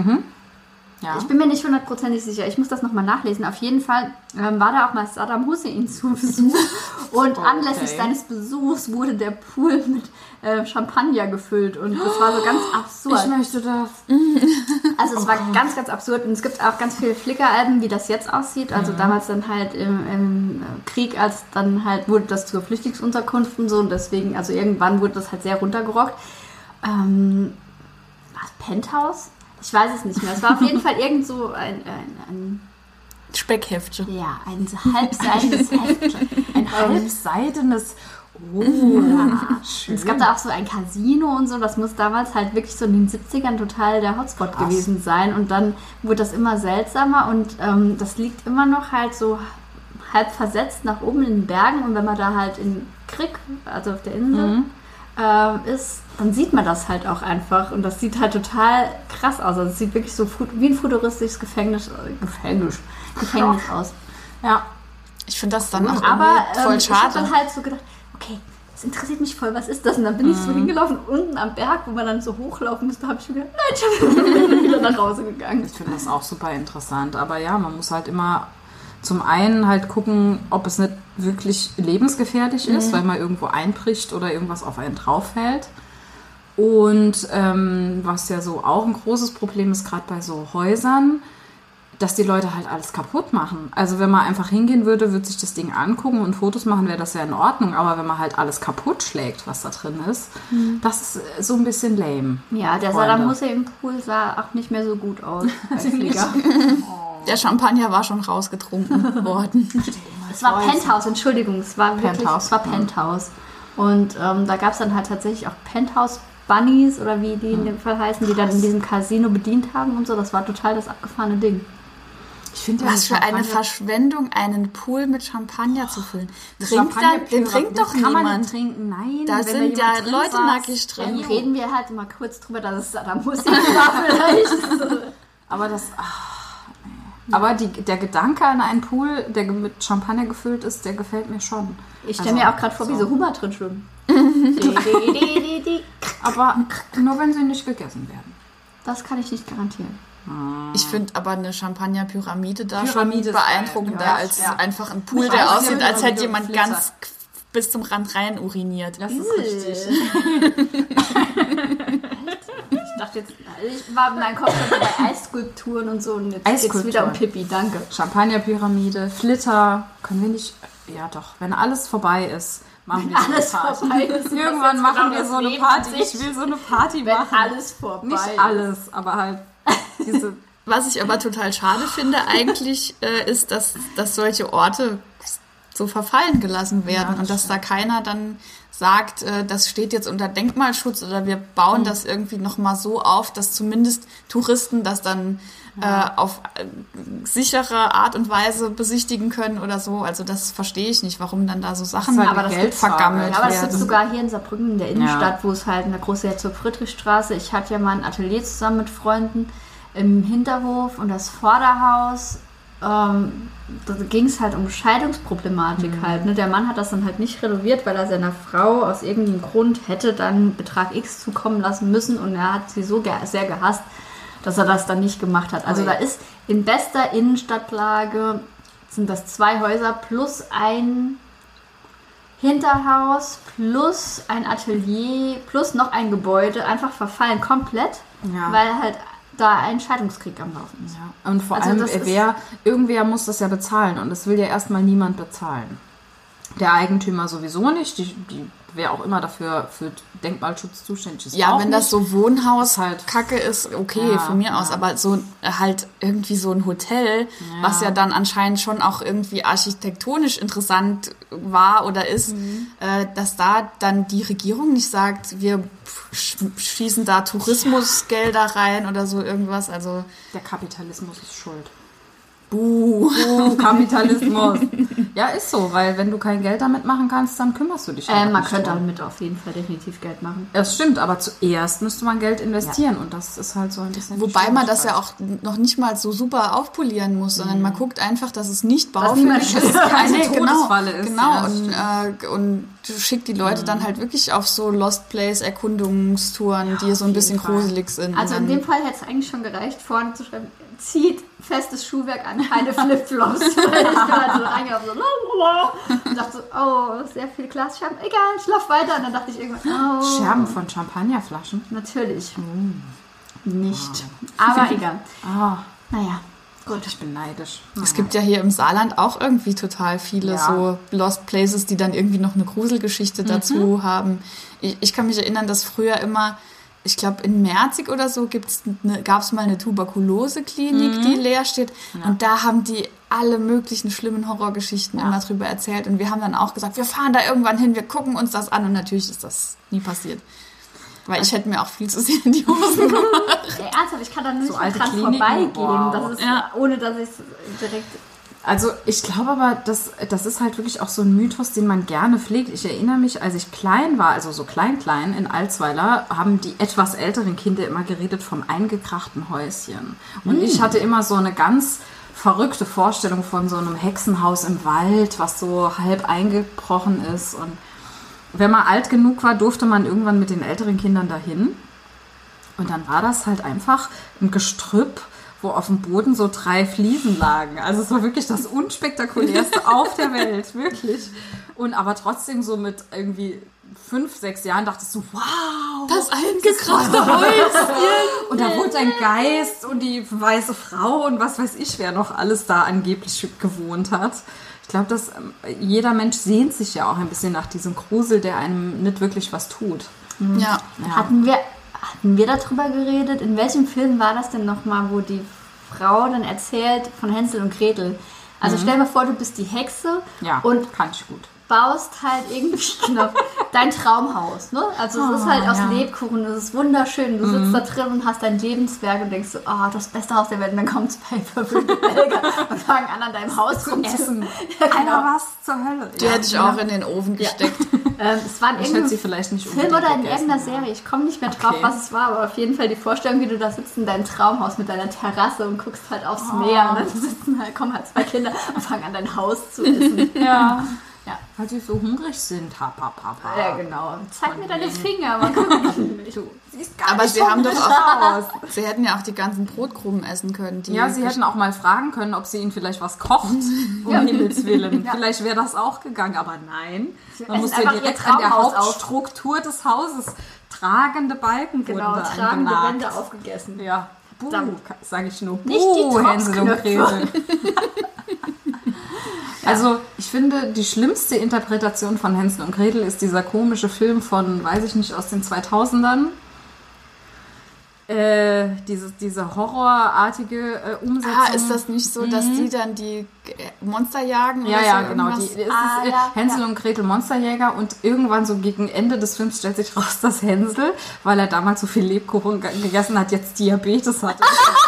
ja. Ich bin mir nicht hundertprozentig sicher. Ich muss das nochmal nachlesen. Auf jeden Fall ähm, war da auch mal Saddam Hussein zu Besuch. Und anlässlich seines Besuchs wurde der Pool mit äh, Champagner gefüllt. Und das war so ganz absurd. Ich möchte das. Also es war ganz, ganz absurd. Und es gibt auch ganz viele Flickr-Alben, wie das jetzt aussieht. Also damals dann halt im, im Krieg, als dann halt wurde das zur Flüchtlingsunterkunft und so. Und deswegen, also irgendwann wurde das halt sehr runtergerockt. Ähm, was, Penthouse? Ich weiß es nicht mehr. Es war auf jeden Fall irgend so ein, ein, ein Speckhefte. ja, ein halbseidenes Heft. Ein halb Halbseidenes. Oh, schön. Es gab da auch so ein Casino und so, das muss damals halt wirklich so in den siebzigern total der Hotspot Krass. gewesen sein. Und dann wurde das immer seltsamer und ähm, das liegt immer noch halt so halb versetzt nach oben in den Bergen. Und wenn man da halt in Krik, also auf der Insel, Mhm. äh, ist, dann sieht man das halt auch einfach. Und das sieht halt total krass aus. Also es sieht wirklich so fu- wie ein futuristisches Gefängnis, äh, Gefängnis, Gefängnis aus. Ja. Ich finde das dann auch Aber irgendwie ähm, voll ich habe schade. dann halt so gedacht, okay, das interessiert mich voll, was ist das? Und dann bin ich so hingelaufen, unten am Berg, wo man dann so hochlaufen musste, habe ich mir gedacht, nein, ich bin wieder nach Hause gegangen. Ich finde das auch super interessant. Aber ja, man muss halt immer zum einen halt gucken, ob es nicht wirklich lebensgefährlich ist, weil man irgendwo einbricht oder irgendwas auf einen drauf fällt. Und ähm, was ja so auch ein großes Problem ist, gerade bei so Häusern, dass die Leute halt alles kaputt machen. Also wenn man einfach hingehen würde, würde sich das Ding angucken und Fotos machen, wäre das ja in Ordnung. Aber wenn man halt alles kaputt schlägt, was da drin ist, das ist so ein bisschen lame. Ja, der Freunde. Saddam Hussein-Pool sah auch nicht mehr so gut aus. als Flieger. Der Champagner war schon rausgetrunken worden. Es war Penthouse, Entschuldigung, es war wirklich, Penthouse, es war Penthouse. Und ähm, da gab es dann halt tatsächlich auch Penthouse-Bunnies oder wie die in dem Fall heißen, die dann in diesem Casino bedient haben und so. Das war total das abgefahrene Ding. Ich finde ja, Was die für eine Champagner- Verschwendung, einen Pool mit Champagner zu füllen. das Trinkt dann, Champagner- den trinkt doch das kann man niemand. nicht trinken, nein. Da wenn sind ja jemand drin Leute saß. nackig Dann drin. reden wir halt mal kurz drüber, dass es Saddam Hussein war vielleicht. Aber das. Ach, nee. Aber die, der Gedanke an einen Pool, der ge- mit Champagner gefüllt ist, der gefällt mir schon. Ich stelle Also, mir auch gerade vor, wie so Hummer drin schwimmen. Di, di, di, di, di. Aber nur wenn sie nicht gegessen werden. Das kann ich nicht garantieren. Ich finde aber eine Champagner-Pyramide da Pyramide schon ist beeindruckender geil, ja. als Ja. einfach ein Pool, Ich der weiß, aussieht, ja, als hätte wie jemand Flitter. ganz bis zum Rand rein uriniert. Das ist richtig. Ich dachte jetzt, ich war in meinem Kopf schon bei Eisskulpturen und so und jetzt geht's Eisskulpturen. wieder um Pippi, danke. Champagnerpyramide, Flitter. Können wir nicht. Ja, doch. Wenn alles vorbei ist, machen wir so Alles eine Party. vorbei ist. Irgendwann was jetzt machen genau wir das so eine Leben Party. sich- Ich will so eine Party Wenn machen. alles vorbei Nicht ist. alles, aber halt diese... Was ich aber total schade finde eigentlich, äh, ist, dass, dass solche Orte so verfallen gelassen werden Ja, das und dass stimmt. da keiner dann sagt, äh, das steht jetzt unter Denkmalschutz oder wir bauen Mhm. das irgendwie nochmal so auf, dass zumindest Touristen das dann äh, auf äh, sichere Art und Weise besichtigen können oder so. Also das verstehe ich nicht, warum dann da so Sachen halt aber das eine gibt's Geldfrage. vergammelt Ja, aber das gibt werden. sogar hier in Saarbrücken, in der Innenstadt, wo es halt in der Großherzog-Friedrich-Straße, ich hatte ja mal ein Atelier zusammen mit Freunden im Hinterhof und das Vorderhaus, ähm, da ging es halt um Scheidungsproblematik Mhm. halt. Ne? Der Mann hat das dann halt nicht renoviert, weil er seiner Frau aus irgendeinem Grund hätte dann Betrag X zukommen lassen müssen und er hat sie so ge sehr gehasst, dass er das dann nicht gemacht hat. Also Ui. da ist in bester Innenstadtlage, sind das zwei Häuser plus ein Hinterhaus plus ein Atelier plus noch ein Gebäude einfach verfallen komplett, Ja. weil halt da ein Scheidungskrieg am Laufen ist. Ja. Und vor Also allem, das ist- wer, irgendwer muss das ja bezahlen und das will ja erstmal niemand bezahlen. Der Eigentümer sowieso nicht, die, die, wer auch immer dafür für Denkmalschutz zuständig ist. Ja, auch wenn das nicht. so Wohnhaus Ist halt- Kacke ist, okay, Ja, von mir ja. aus, aber so äh, halt irgendwie so ein Hotel, Ja. was ja dann anscheinend schon auch irgendwie architektonisch interessant war oder ist, Mhm. äh, dass da dann die Regierung nicht sagt, wir sch- schießen da Tourismusgelder rein oder so irgendwas, also Der Kapitalismus ist schuld. buh. Oh, Kapitalismus. Ja, ist so, weil wenn du kein Geld damit machen kannst, dann kümmerst du dich Äh, halt man nicht könnte drum. damit auf jeden Fall definitiv Geld machen. Das stimmt, aber zuerst müsste man Geld investieren und das ist halt so ein bisschen... die Wobei man das ja Schwierigkeit. auch noch nicht mal so super aufpolieren muss, sondern man guckt einfach, dass es nicht niemand baufällig ist. keine Nee, Todesfalle ist. Genau, Ja, das und, äh, und schickt die Leute dann halt wirklich auf so Lost Place Erkundungstouren, die so ein jeden bisschen Fall. gruselig sind. Also Und in dann- dem Fall hätte es eigentlich schon gereicht, vorne zu schreiben, zieht festes Schuhwerk an, keine Flipflops. Weil ich bin halt so reingegangen, so lalala, und dachte so, oh, sehr viel Glasscherben, egal, ich lauf weiter. Und dann dachte ich irgendwann, oh, Scherben von Champagnerflaschen? natürlich nicht. Aber egal. Ah, Naja, gut, ich bin neidisch. Es gibt ja hier im Saarland auch irgendwie total viele Ja. so Lost Places, die dann irgendwie noch eine Gruselgeschichte dazu haben. Ich, ich kann mich erinnern, dass früher immer, ich glaube in Merzig oder so gibt's eine, gab es mal eine Tuberkulose-Klinik, die leer steht. Und da haben die alle möglichen schlimmen Horrorgeschichten immer drüber erzählt. Und wir haben dann auch gesagt, wir fahren da irgendwann hin, wir gucken uns das an. Und natürlich ist das nie passiert. Weil ich hätte mir auch viel zu sehr in die Hosen gemacht. ey, ernsthaft, ich kann da nicht So mehr alte dran Kliniken, vorbeigehen. wow. Das ist, Ja. ohne dass ich es direkt... Also ich glaube aber, das, das ist halt wirklich auch so ein Mythos, den man gerne pflegt. Ich erinnere mich, als ich klein war, also so klein, klein in Alsweiler, haben die etwas älteren Kinder immer geredet vom eingekrachten Häuschen. Und ich hatte immer so eine ganz verrückte Vorstellung von so einem Hexenhaus im Wald, was so halb eingebrochen ist. Und wenn man alt genug war, durfte man irgendwann mit den älteren Kindern dahin. Und dann war das halt einfach ein Gestrüpp, wo auf dem Boden so drei Fliesen lagen. Also es war wirklich das unspektakulärste auf der Welt, wirklich. Und aber trotzdem so mit irgendwie fünf, sechs Jahren dachtest du, wow, Das eingekrachte Häuschen. und da wohnt ein Geist und die weiße Frau und was weiß ich, wer noch alles da angeblich gewohnt hat. Ich glaube, dass ähm, jeder Mensch sehnt sich ja auch ein bisschen nach diesem Grusel, der einem nicht wirklich was tut. Ja. Ja. Hatten wir, hatten wir darüber geredet? In welchem Film war das denn nochmal, wo die Frau dann erzählt von Hänsel und Gretel? Also stell dir mal vor, du bist die Hexe Ja, und kann ich gut. baust halt irgendwie genau, dein Traumhaus. Ne? Also es ist halt aus ja. Lebkuchen, es ist wunderschön. Du sitzt da drin und hast dein Lebenswerk und denkst so, oh, das beste Haus der Welt. Und dann kommt zwei verwöhnte Belgier und fangen an, an deinem Haus Zum rumzuessen. Essen. Ja, genau. Alter, was zur Hölle. Die hätte ich auch in den Ofen gesteckt. Ähm, es war in Ich hätte irgendeinem sie vielleicht nicht Film unbedingt oder in gegessen, irgendeiner ja. Serie. Ich komme nicht mehr drauf, Okay. was es war, aber auf jeden Fall die Vorstellung, wie du da sitzt in deinem Traumhaus mit deiner Terrasse und guckst halt aufs Meer und dann sitzen halt, kommen halt zwei Kinder und fangen an, dein Haus zu essen. Ja. Ja. Weil sie so hungrig sind. Ha, ha, ha, ha. Ja, genau. Zeig mir deine Finger. Man kann Du siehst gar Aber nicht sie haben doch hungrig auch, aus. sie hätten ja auch die ganzen Brotkrumen essen können. Die Ja, sie hätten auch mal fragen können, ob sie ihnen vielleicht was kocht, um Himmels Willen. Vielleicht wäre das auch gegangen, aber nein. Man essen muss ja einfach ihr halt direkt an der Traumhaus auf. Struktur des Hauses tragende Balken wurden genau, da tragende angenagt. Wände aufgegessen. Ja, buh, Dann- sage ich nur. Nicht die Buh, Hänsel und Topfknöpfe. Gretel. Also ich finde, die schlimmste Interpretation von Hänsel und Gretel ist dieser komische Film von, weiß ich nicht, aus den zweitausendern. Äh, diese, diese horrorartige äh, Umsetzung. Ah, ist das nicht so, dass die dann die Monster jagen? Ja, oder ja, so genau. Die, irgendwas? es ist Ah, äh, ja, Hänsel ja. und Gretel Monsterjäger und irgendwann so gegen Ende des Films stellt sich raus, dass Hänsel, weil er damals so viel Lebkuchen ge- gegessen hat, jetzt Diabetes hatte.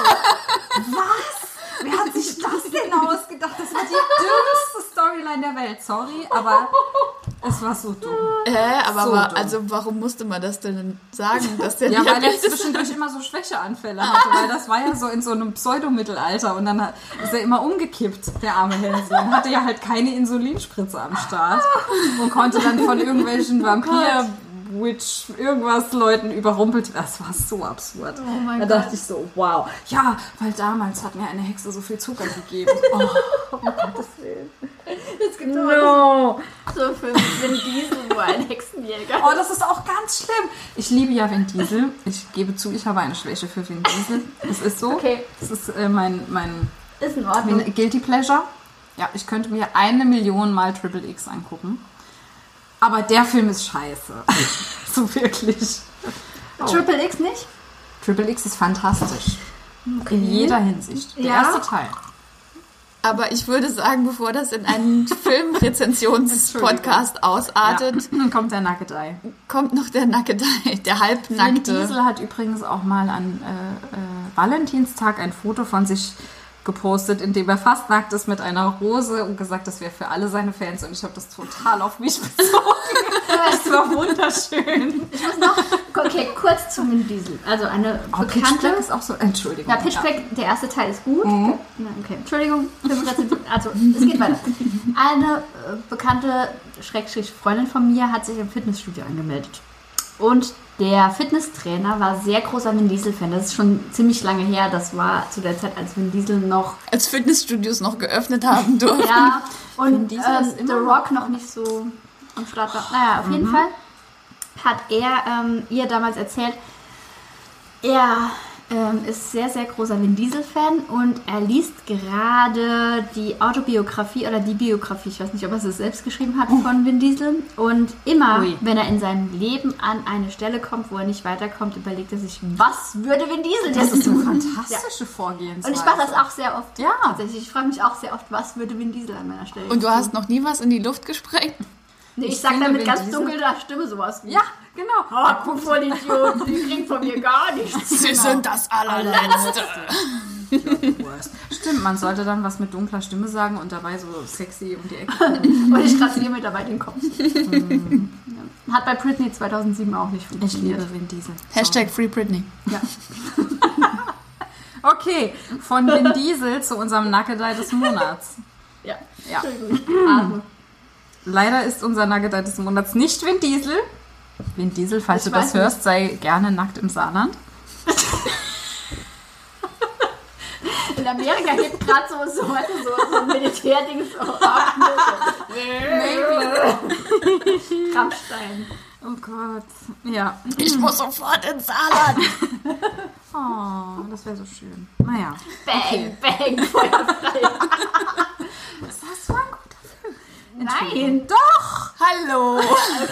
Was? Wer hat sich das denn ausgedacht? Das war die dümmste Storyline der Welt. Sorry, aber es war so dumm. Äh, aber, So aber dumm. also warum musste man das denn sagen, dass der Ja, weil er Diabetes zwischendurch immer so Schwächeanfälle hatte, weil das war ja so in so einem Pseudomittelalter und dann hat, ist er immer umgekippt, der arme Hänsel, und hatte ja halt keine Insulinspritze am Start und konnte dann von irgendwelchen Vampir, Witch, irgendwas Leuten überrumpelt. Das war so absurd. Oh mein da Gott. dachte ich so, wow. Ja, weil damals hat mir eine Hexe so viel Zucker gegeben. Oh, um Gottes Willen. Es gibt No. so einen Film mit Vin Diesel, wo ein Hexenjäger. Oh, das ist auch ganz schlimm. Ich liebe ja Vin Diesel. Ich gebe zu, ich habe eine Schwäche für Vin Diesel. Es ist so. Okay. Das ist äh, mein, mein Ist in Ordnung. mein Guilty Pleasure. Ja, ich könnte mir eine Million Mal Triple X angucken. Aber der Film ist scheiße. So wirklich. Oh. Triple X nicht? Triple X ist fantastisch. In jeder Hinsicht. Der Ja. erste Teil. Aber ich würde sagen, bevor das in einen Filmrezensions-Podcast ausartet, Ja. Dann kommt der Naked Eye. kommt noch der Nackte, der Vin Halbnackte. Diesel hat übrigens auch mal an äh, äh, Valentinstag ein Foto von sich gepostet, in dem er fast nackt ist mit einer Rose und gesagt, das wäre für alle seine Fans, und ich habe das total auf mich bezogen. Das war wunderschön. Ich muss noch, okay, kurz zu Vin Diesel. Also eine Oh, Pitch bekannte... Black ist auch so, Entschuldigung. Ja, Pitch Black, der erste Teil ist gut. Mhm. Na, okay, Entschuldigung. Filmrezension. Also, es geht weiter. Eine äh, bekannte Schrägstrich Freundin von mir hat sich im Fitnessstudio angemeldet. Und der Fitnesstrainer war sehr großer Vin Diesel-Fan. Das ist schon ziemlich lange her. Das war zu der Zeit, als Vin Diesel noch... Als Fitnessstudios noch geöffnet haben durften. Ja, Vin und Diesel ähm, ist The immer Rock noch nicht so am Start war. Naja, auf jeden Fall hat er ähm, ihr damals erzählt, er ähm, ist sehr, sehr großer Vin Diesel-Fan und er liest gerade die Autobiografie oder die Biografie, ich weiß nicht, ob er es selbst geschrieben hat, von Vin Diesel. Und immer, Ui. wenn er in seinem Leben an eine Stelle kommt, wo er nicht weiterkommt, überlegt er sich, was würde Vin Diesel Das jetzt ist eine tun? fantastische Vorgehensweise. Und ich mache das auch sehr oft. Ja. Tatsächlich. Ich frage mich auch sehr oft, was würde Vin Diesel an meiner Stelle Und du tun? hast noch nie was in die Luft gesprengt? Nee, ich, Ich sag finde, dann mit Vin ganz Diesel- dunkler Stimme sowas wie. Ja, genau. Oh, guck voll Idioten, die kriegen von mir gar nichts. Sie sind das allerletzte. Stimmt, man sollte dann was mit dunkler Stimme sagen und dabei so sexy um die Ecke kommen. Und ich rasiere mir dabei den Kopf. Ja. Hat bei Britney zweitausendsieben auch nicht Ich funktioniert. liebe Vin Diesel. Hashtag Free Britney. Ja. Okay, von Vin Diesel zu unserem Nackedei des Monats. Ja. Ja. Atme. Leider ist unser Nackedei des Monats nicht Vin Diesel. Vin Diesel, falls Ich du das weiß hörst, sei gerne nackt im Saarland. In Amerika hebt gerade so, so, weißt du, so, so ein Militärding so ab. Rammstein. Oh Gott. Ja. Ich muss sofort ins Saarland. Oh, das wäre so schön. Naja. Bang, Okay. bang, feuerfrei. Das war so ein guter Film. Nein. Doch! Hallo.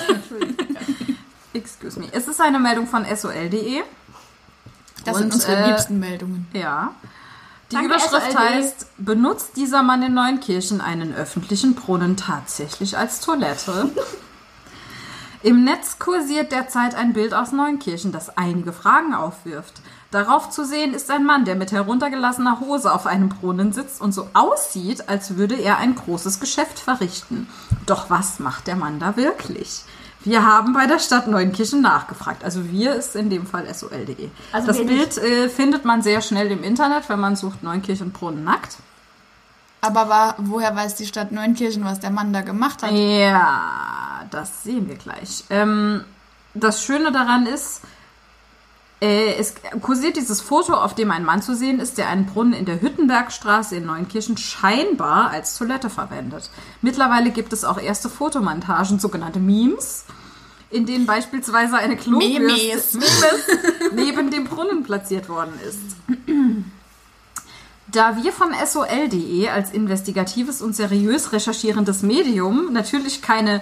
Excuse me. Es ist eine Meldung von S O L punkt de. Das Und, sind unsere äh, liebsten Meldungen. Ja. Die Danke, Überschrift S O L punkt de. heißt, benutzt dieser Mann in Neunkirchen einen öffentlichen Brunnen tatsächlich als Toilette? Im Netz kursiert derzeit ein Bild aus Neunkirchen, das einige Fragen aufwirft. Darauf zu sehen ist ein Mann, der mit heruntergelassener Hose auf einem Brunnen sitzt und so aussieht, als würde er ein großes Geschäft verrichten. Doch was macht der Mann da wirklich? Wir haben bei der Stadt Neunkirchen nachgefragt. Also wir ist in dem Fall S O L punkt de. Also das wir Bild äh, findet man sehr schnell im Internet, wenn man sucht Neunkirchen Brunnen nackt. Aber war, woher weiß die Stadt Neunkirchen, was der Mann da gemacht hat? Ja, das sehen wir gleich. Ähm, das Schöne daran ist, äh, es kursiert dieses Foto, auf dem ein Mann zu sehen ist, der einen Brunnen in der Hüttenbergstraße in Neunkirchen scheinbar als Toilette verwendet. Mittlerweile gibt es auch erste Fotomontagen, sogenannte Memes, in denen beispielsweise eine Klobürste Memes. Memes neben dem Brunnen platziert worden ist. Da wir von S O L punkt de als investigatives und seriös recherchierendes Medium natürlich keine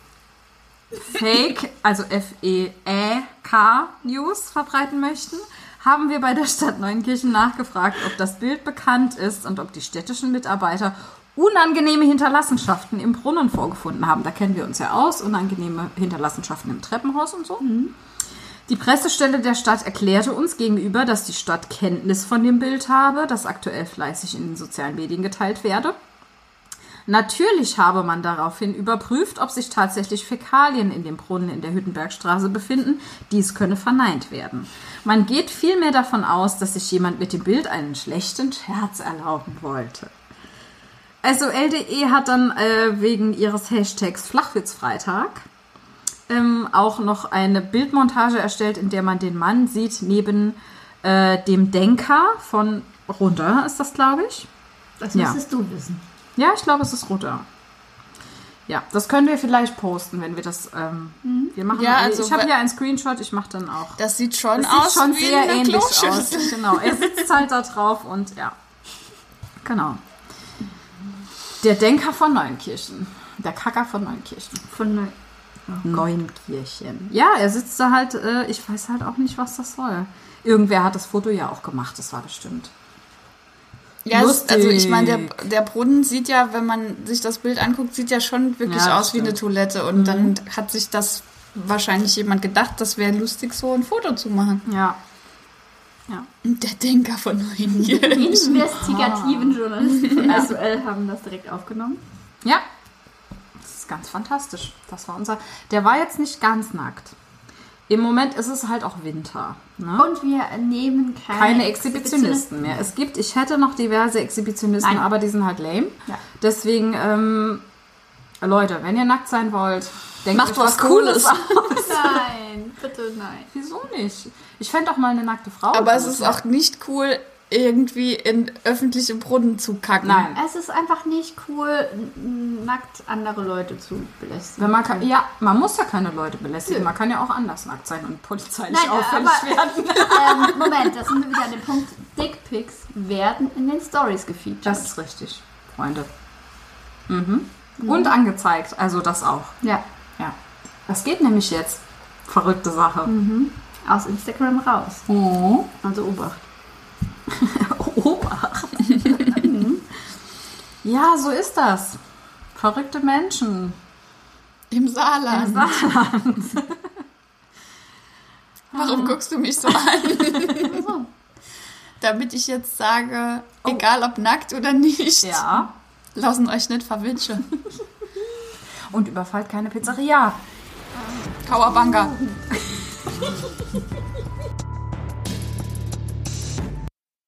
Fake, also F E E K News verbreiten möchten, haben wir bei der Stadt Neunkirchen nachgefragt, ob das Bild bekannt ist und ob die städtischen Mitarbeiter unangenehme Hinterlassenschaften im Brunnen vorgefunden haben. Da kennen wir uns ja aus, unangenehme Hinterlassenschaften im Treppenhaus und so. Mhm. Die Pressestelle der Stadt erklärte uns gegenüber, dass die Stadt Kenntnis von dem Bild habe, das aktuell fleißig in den sozialen Medien geteilt werde. Natürlich habe man daraufhin überprüft, ob sich tatsächlich Fäkalien in dem Brunnen in der Hüttenbergstraße befinden. Dies könne verneint werden. Man geht vielmehr davon aus, dass sich jemand mit dem Bild einen schlechten Scherz erlauben wollte. S O L punkt de hat dann äh, wegen ihres Hashtags Flachwitzfreitag ähm, auch noch eine Bildmontage erstellt, in der man den Mann sieht neben äh, dem Denker von Rudder, ist das, glaube ich. Das müsstest ja. du wissen. Ja, ich glaube, es ist Rudder. Ja, das können wir vielleicht posten, wenn wir das ähm, mhm. wir machen. Ja, also ich habe hier einen Screenshot, ich mache dann auch. Das sieht schon das aus sieht schon wie sehr eine ähnlich Kloschüssel. aus. Genau, er sitzt halt da drauf und ja. Genau. Der Denker von Neunkirchen. Der Kacker von Neunkirchen. Von Neu- oh. Neunkirchen. Ja, er sitzt da halt, äh, ich weiß halt auch nicht, was das soll. Irgendwer hat das Foto ja auch gemacht, das war bestimmt. Ja, es, also ich meine, der, der Brunnen sieht ja, wenn man sich das Bild anguckt, sieht ja schon wirklich ja, aus stimmt. wie eine Toilette. Und mhm. dann hat sich das wahrscheinlich jemand gedacht, das wäre lustig, so ein Foto zu machen. Ja. Ja. Der Denker von Neunkirchen. Die investigativen Journalisten von S O L haben das direkt aufgenommen. Ja. Das ist ganz fantastisch. Das war unser. Der war jetzt nicht ganz nackt. Im Moment ist es halt auch Winter. Ne? Und wir nehmen keine, keine Exhibitionisten mehr. Es gibt, ich hätte noch diverse Exhibitionisten, Nein. aber die sind halt lame. Ja. Deswegen, ähm, Leute, wenn ihr nackt sein wollt, denkt Macht euch was Cooles. aus. Nein, bitte nein. Wieso nicht? Ich fände auch mal eine nackte Frau. Aber es gut. ist auch nicht cool, irgendwie in öffentliche Brunnen zu kacken. Nein. Es ist einfach nicht cool, n- nackt andere Leute zu belästigen. Wenn man kann, ja, man muss ja keine Leute belästigen. Ja. Man kann ja auch anders nackt sein und polizeilich Nein, auffällig aber, werden. Ähm, Moment, das sind wir wieder an dem Punkt. Dickpics werden in den Stories gefeatured. Das ist richtig, Freunde. Mhm. Mhm. Und angezeigt, also das auch. Ja. Ja. Das geht nämlich jetzt. Verrückte Sache. Mhm. Aus Instagram raus. Oh. Also Obacht. Obacht. Ja, so ist das. Verrückte Menschen. Im Saarland. Im Saarland. Warum guckst du mich so an? Damit ich jetzt sage, Oh. egal ob nackt oder nicht, Ja. lassen euch nicht verwünschen. Und überfallt keine Pizzeria. Kauerbanga.